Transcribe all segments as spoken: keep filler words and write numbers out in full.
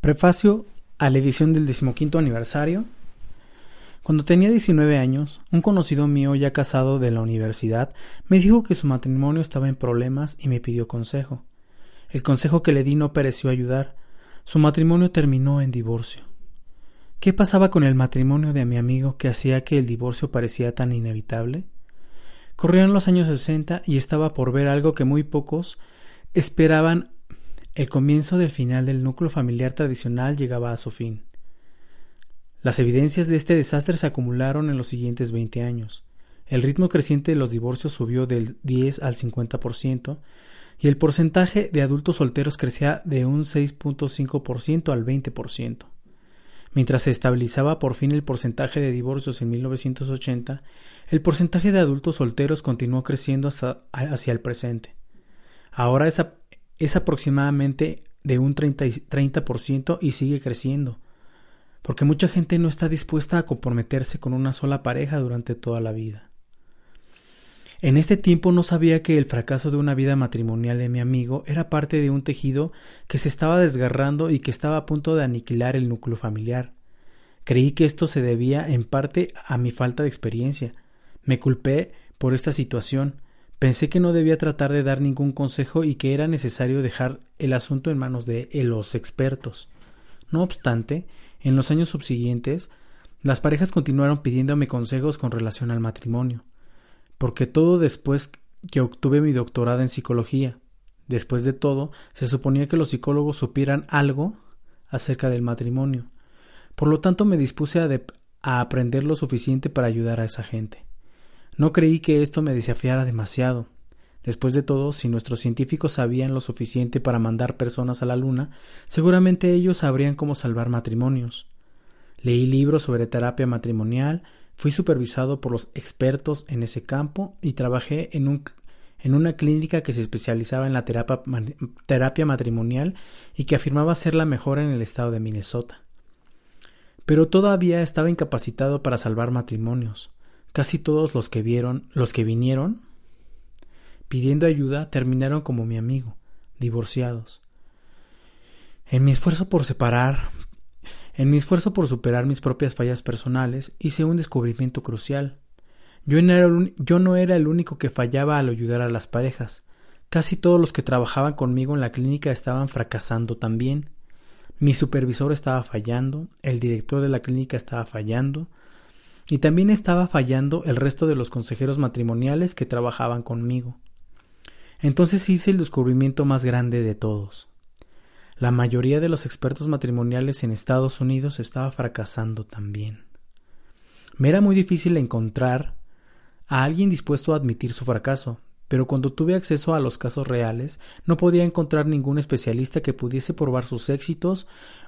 Prefacio a la edición del decimoquinto aniversario. Cuando tenía diecinueve años, un conocido mío ya casado de la universidad me dijo que su matrimonio estaba en problemas y me pidió consejo. El consejo que le di no pareció ayudar. Su matrimonio terminó en divorcio. ¿Qué pasaba con el matrimonio de mi amigo que hacía que el divorcio parecía tan inevitable? Corrían los años sesenta y estaba por ver algo que muy pocos esperaban. El comienzo del final del núcleo familiar tradicional llegaba a su fin. Las evidencias de este desastre se acumularon en los siguientes veinte años. El ritmo creciente de los divorcios subió del diez al cincuenta por ciento y el porcentaje de adultos solteros crecía de un seis punto cinco por ciento al veinte por ciento. Mientras se estabilizaba por fin el porcentaje de divorcios en mil novecientos ochenta, el porcentaje de adultos solteros continuó creciendo hasta hacia el presente. Ahora es, a, es aproximadamente de un treinta por ciento y sigue creciendo, porque mucha gente no está dispuesta a comprometerse con una sola pareja durante toda la vida. En este tiempo no sabía que el fracaso de una vida matrimonial de mi amigo era parte de un tejido que se estaba desgarrando y que estaba a punto de aniquilar el núcleo familiar. Creí que esto se debía en parte a mi falta de experiencia. Me culpé por esta situación. Pensé que no debía tratar de dar ningún consejo y que era necesario dejar el asunto en manos de los expertos. No obstante, en los años subsiguientes, las parejas continuaron pidiéndome consejos con relación al matrimonio, porque todo después que obtuve mi doctorado en psicología. Después de todo, se suponía que los psicólogos supieran algo acerca del matrimonio. Por lo tanto, me dispuse a, de, a aprender lo suficiente para ayudar a esa gente. No creí que esto me desafiara demasiado. Después de todo, si nuestros científicos sabían lo suficiente para mandar personas a la luna, seguramente ellos sabrían cómo salvar matrimonios. Leí libros sobre terapia matrimonial, fui supervisado por los expertos en ese campo y trabajé en, un, en una clínica que se especializaba en la terapia, terapia matrimonial y que afirmaba ser la mejor en el estado de Minnesota. Pero todavía estaba incapacitado para salvar matrimonios. Casi todos los que vieron, los que vinieron pidiendo ayuda terminaron como mi amigo, divorciados. En mi esfuerzo por separar, en mi esfuerzo por superar mis propias fallas personales, hice un descubrimiento crucial. Yo no, era el, yo no era el único que fallaba al ayudar a las parejas. Casi todos los que trabajaban conmigo en la clínica estaban fracasando también. Mi supervisor estaba fallando, el director de la clínica estaba fallando, y también estaba fallando el resto de los consejeros matrimoniales que trabajaban conmigo. Entonces hice el descubrimiento más grande de todos. La mayoría de los expertos matrimoniales en Estados Unidos estaba fracasando también. Me era muy difícil encontrar a alguien dispuesto a admitir su fracaso, pero cuando tuve acceso a los casos reales, no podía encontrar ningún especialista que pudiese probar sus éxitos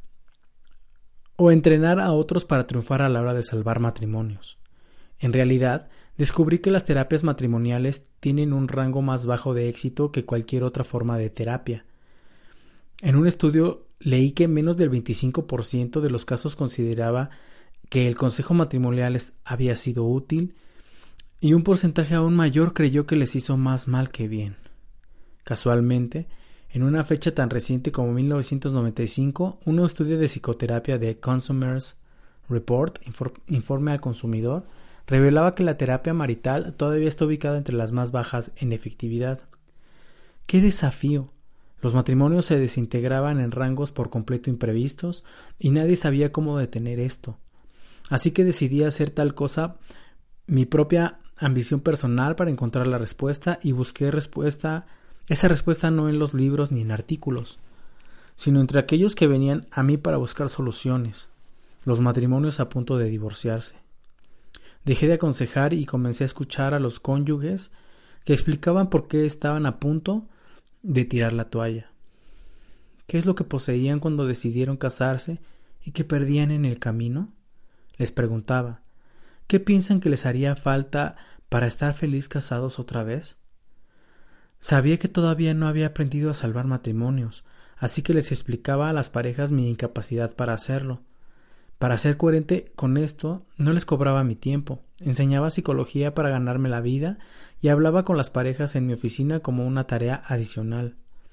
o entrenar a otros para triunfar a la hora de salvar matrimonios. En realidad, descubrí que las terapias matrimoniales tienen un rango más bajo de éxito que cualquier otra forma de terapia. En un estudio leí que menos del veinticinco por ciento de los casos consideraba que el consejo matrimonial había sido útil y un porcentaje aún mayor creyó que les hizo más mal que bien. Casualmente, en una fecha tan reciente como mil novecientos noventa y cinco, un estudio de psicoterapia de Consumers Report, Informe al Consumidor, revelaba que la terapia marital todavía está ubicada entre las más bajas en efectividad. ¡Qué desafío! Los matrimonios se desintegraban en rangos por completo imprevistos y nadie sabía cómo detener esto. Así que decidí hacer tal cosa, mi propia ambición personal para encontrar la respuesta, y busqué respuesta, esa respuesta no en los libros ni en artículos, sino entre aquellos que venían a mí para buscar soluciones, los matrimonios a punto de divorciarse. Dejé de aconsejar y comencé a escuchar a los cónyuges que explicaban por qué estaban a punto de tirar la toalla. ¿Qué es lo que poseían cuando decidieron casarse y que perdían en el camino? Les preguntaba, ¿qué piensan que les haría falta para estar feliz casados otra vez? Sabía que todavía no había aprendido a salvar matrimonios, así que les explicaba a las parejas mi incapacidad para hacerlo. Para ser coherente con esto, no les cobraba mi tiempo, enseñaba psicología para ganarme la vida y hablaba con las parejas en mi oficina como una tarea adicional.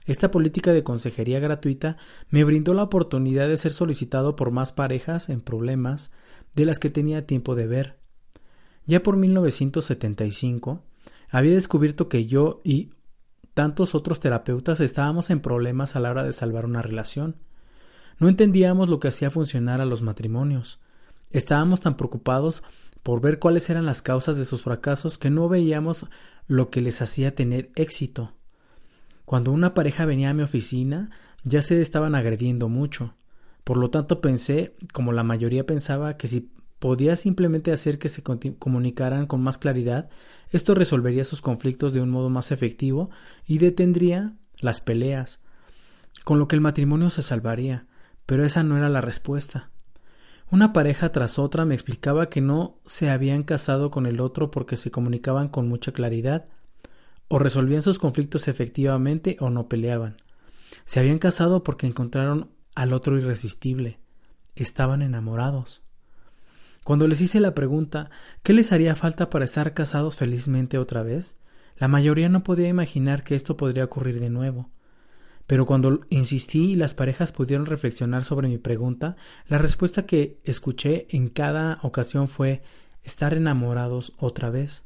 Esta política de consejería gratuita me brindó la oportunidad de ser solicitado por más parejas en problemas de las que tenía tiempo de ver. Ya por mil novecientos setenta y cinco había descubierto que yo y tantos otros terapeutas estábamos en problemas a la hora de salvar una relación. No entendíamos lo que hacía funcionar a los matrimonios. Estábamos tan preocupados por ver cuáles eran las causas de sus fracasos que no veíamos lo que les hacía tener éxito. Cuando una pareja venía a mi oficina, ya se estaban agrediendo mucho. Por lo tanto pensé, como la mayoría pensaba, que si podía simplemente hacer que se comunicaran con más claridad, esto resolvería sus conflictos de un modo más efectivo y detendría las peleas, con lo que el matrimonio se salvaría. Pero esa no era la respuesta. Una pareja tras otra me explicaba que no se habían casado con el otro porque se comunicaban con mucha claridad, o resolvían sus conflictos efectivamente o no peleaban. Se habían casado porque encontraron al otro irresistible. Estaban enamorados. Cuando les hice la pregunta ¿qué les haría falta para estar casados felizmente otra vez?, la mayoría no podía imaginar que esto podría ocurrir de nuevo. Pero cuando insistí y las parejas pudieron reflexionar sobre mi pregunta, la respuesta que escuché en cada ocasión fue estar enamorados otra vez.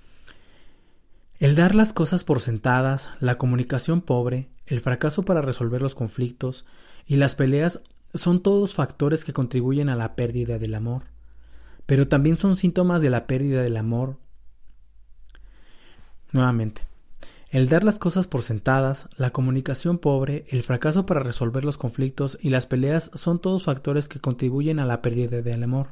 El dar las cosas por sentadas, la comunicación pobre, el fracaso para resolver los conflictos y las peleas son todos factores que contribuyen a la pérdida del amor. Pero también son síntomas de la pérdida del amor. Nuevamente. El dar las cosas por sentadas, la comunicación pobre, el fracaso para resolver los conflictos y las peleas son todos factores que contribuyen a la pérdida del amor.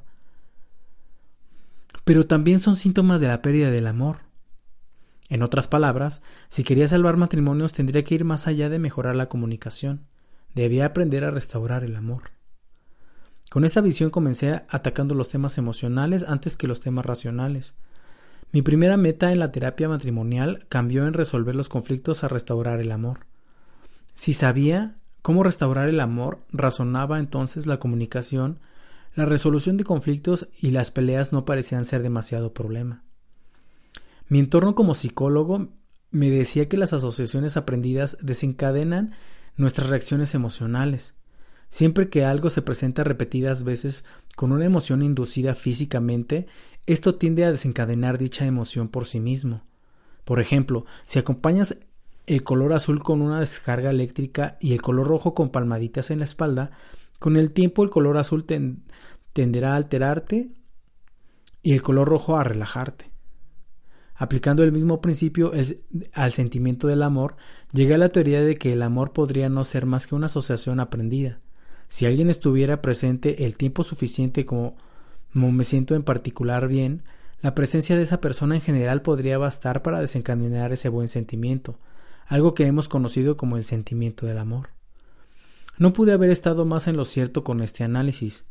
Pero también son síntomas de la pérdida del amor. En otras palabras, si quería salvar matrimonios tendría que ir más allá de mejorar la comunicación. Debía aprender a restaurar el amor. Con esta visión comencé atacando los temas emocionales antes que los temas racionales. Mi primera meta en la terapia matrimonial cambió en resolver los conflictos a restaurar el amor. Si sabía cómo restaurar el amor, razonaba entonces la comunicación, la resolución de conflictos y las peleas no parecían ser demasiado problema. Mi entorno como psicólogo me decía que las asociaciones aprendidas desencadenan nuestras reacciones emocionales. Siempre que algo se presenta repetidas veces con una emoción inducida físicamente, esto tiende a desencadenar dicha emoción por sí mismo. Por ejemplo, si acompañas el color azul con una descarga eléctrica y el color rojo con palmaditas en la espalda, con el tiempo el color azul ten- tenderá a alterarte y el color rojo a relajarte. Aplicando el mismo principio el, al sentimiento del amor, llegué a la teoría de que el amor podría no ser más que una asociación aprendida. Si alguien estuviera presente el tiempo suficiente como, como me siento en particular bien, la presencia de esa persona en general podría bastar para desencadenar ese buen sentimiento, algo que hemos conocido como el sentimiento del amor. No pude haber estado más en lo cierto con este análisis,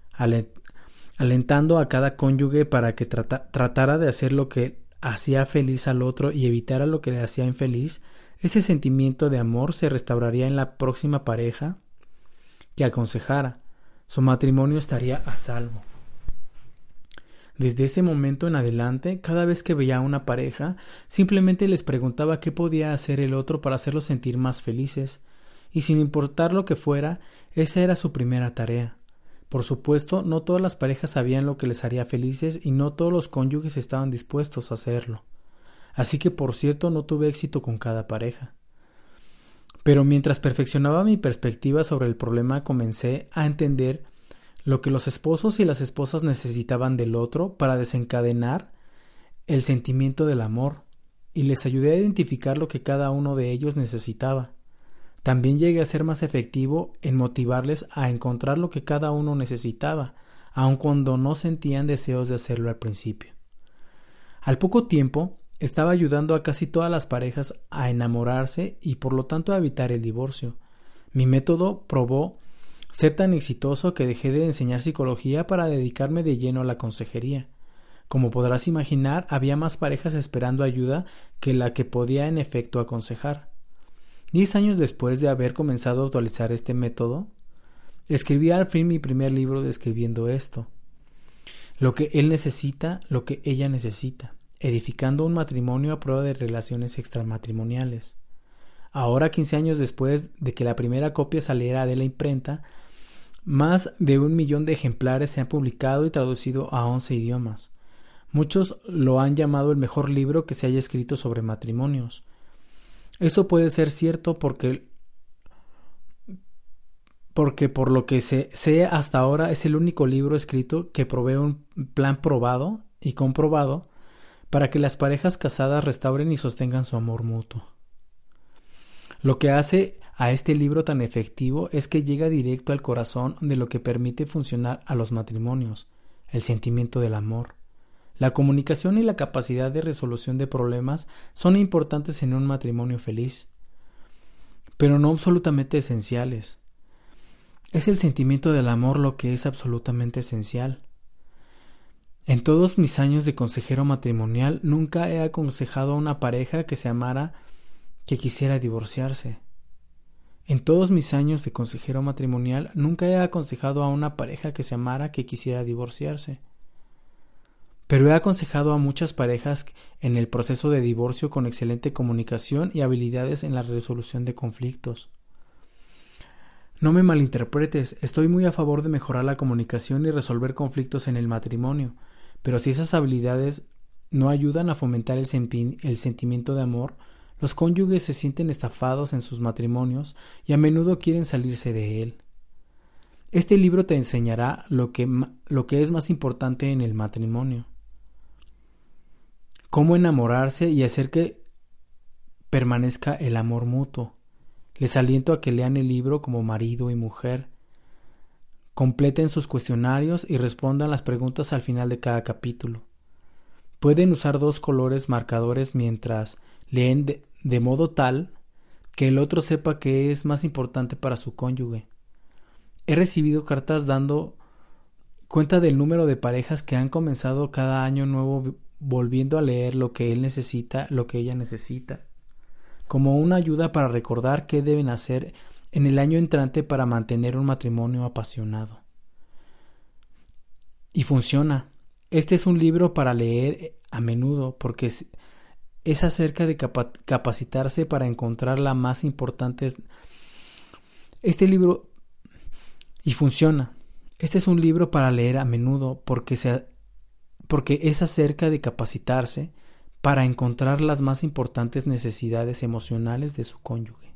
alentando a cada cónyuge para que trata, tratara de hacer lo que hacía feliz al otro y evitara lo que le hacía infeliz. Este sentimiento de amor se restauraría en la próxima pareja que aconsejara. Su matrimonio estaría a salvo. Desde ese momento en adelante, cada vez que veía a una pareja, simplemente les preguntaba qué podía hacer el otro para hacerlos sentir más felices, y sin importar lo que fuera, esa era su primera tarea. Por supuesto, no todas las parejas sabían lo que les haría felices y no todos los cónyuges estaban dispuestos a hacerlo. Así que, por cierto, no tuve éxito con cada pareja. Pero mientras perfeccionaba mi perspectiva sobre el problema, comencé a entender lo que los esposos y las esposas necesitaban del otro para desencadenar el sentimiento del amor, y les ayudé a identificar lo que cada uno de ellos necesitaba. También llegué a ser más efectivo en motivarles a encontrar lo que cada uno necesitaba, aun cuando no sentían deseos de hacerlo al principio. Al poco tiempo, estaba ayudando a casi todas las parejas a enamorarse y por lo tanto a evitar el divorcio. Mi método probó ser tan exitoso que dejé de enseñar psicología para dedicarme de lleno a la consejería. Como podrás imaginar, había más parejas esperando ayuda que la que podía en efecto aconsejar. Diez años después de haber comenzado a actualizar este método, escribí al fin mi primer libro describiendo esto. Lo que él necesita, lo que ella necesita, edificando un matrimonio a prueba de relaciones extramatrimoniales. Ahora, quince años después de que la primera copia saliera de la imprenta, más de un millón de ejemplares se han publicado y traducido a once idiomas. Muchos lo han llamado el mejor libro que se haya escrito sobre matrimonios. Eso puede ser cierto porque, porque por lo que se sé hasta ahora es el único libro escrito que provee un plan probado y comprobado para que las parejas casadas restauren y sostengan su amor mutuo. Lo que hace a este libro tan efectivo es que llega directo al corazón de lo que permite funcionar a los matrimonios, el sentimiento del amor. La comunicación y la capacidad de resolución de problemas son importantes en un matrimonio feliz, pero no absolutamente esenciales. Es el sentimiento del amor lo que es absolutamente esencial. En todos mis años de consejero matrimonial nunca he aconsejado a una pareja que se amara que quisiera divorciarse. En todos mis años de consejero matrimonial nunca he aconsejado a una pareja que se amara que quisiera divorciarse. Pero he aconsejado a muchas parejas en el proceso de divorcio con excelente comunicación y habilidades en la resolución de conflictos. No me malinterpretes, estoy muy a favor de mejorar la comunicación y resolver conflictos en el matrimonio, pero si esas habilidades no ayudan a fomentar el, sen- el sentimiento de amor, los cónyuges se sienten estafados en sus matrimonios y a menudo quieren salirse de él. Este libro te enseñará lo que, lo que es más importante en el matrimonio. Cómo enamorarse y hacer que permanezca el amor mutuo. Les aliento a que lean el libro como marido y mujer. Completen sus cuestionarios y respondan las preguntas al final de cada capítulo. Pueden usar dos colores marcadores mientras leen de, de modo tal que el otro sepa qué es más importante para su cónyuge. He recibido cartas dando cuenta del número de parejas que han comenzado cada año nuevo volviendo a leer lo que él necesita, lo que ella necesita, como una ayuda para recordar qué deben hacer en el año entrante para mantener un matrimonio apasionado. Y funciona. Este es un libro para leer a menudo porque es, es acerca de capa- capacitarse para encontrar la más importante. Este libro y funciona. Este es un libro para leer a menudo porque se porque es acerca de capacitarse para encontrar las más importantes necesidades emocionales de su cónyuge.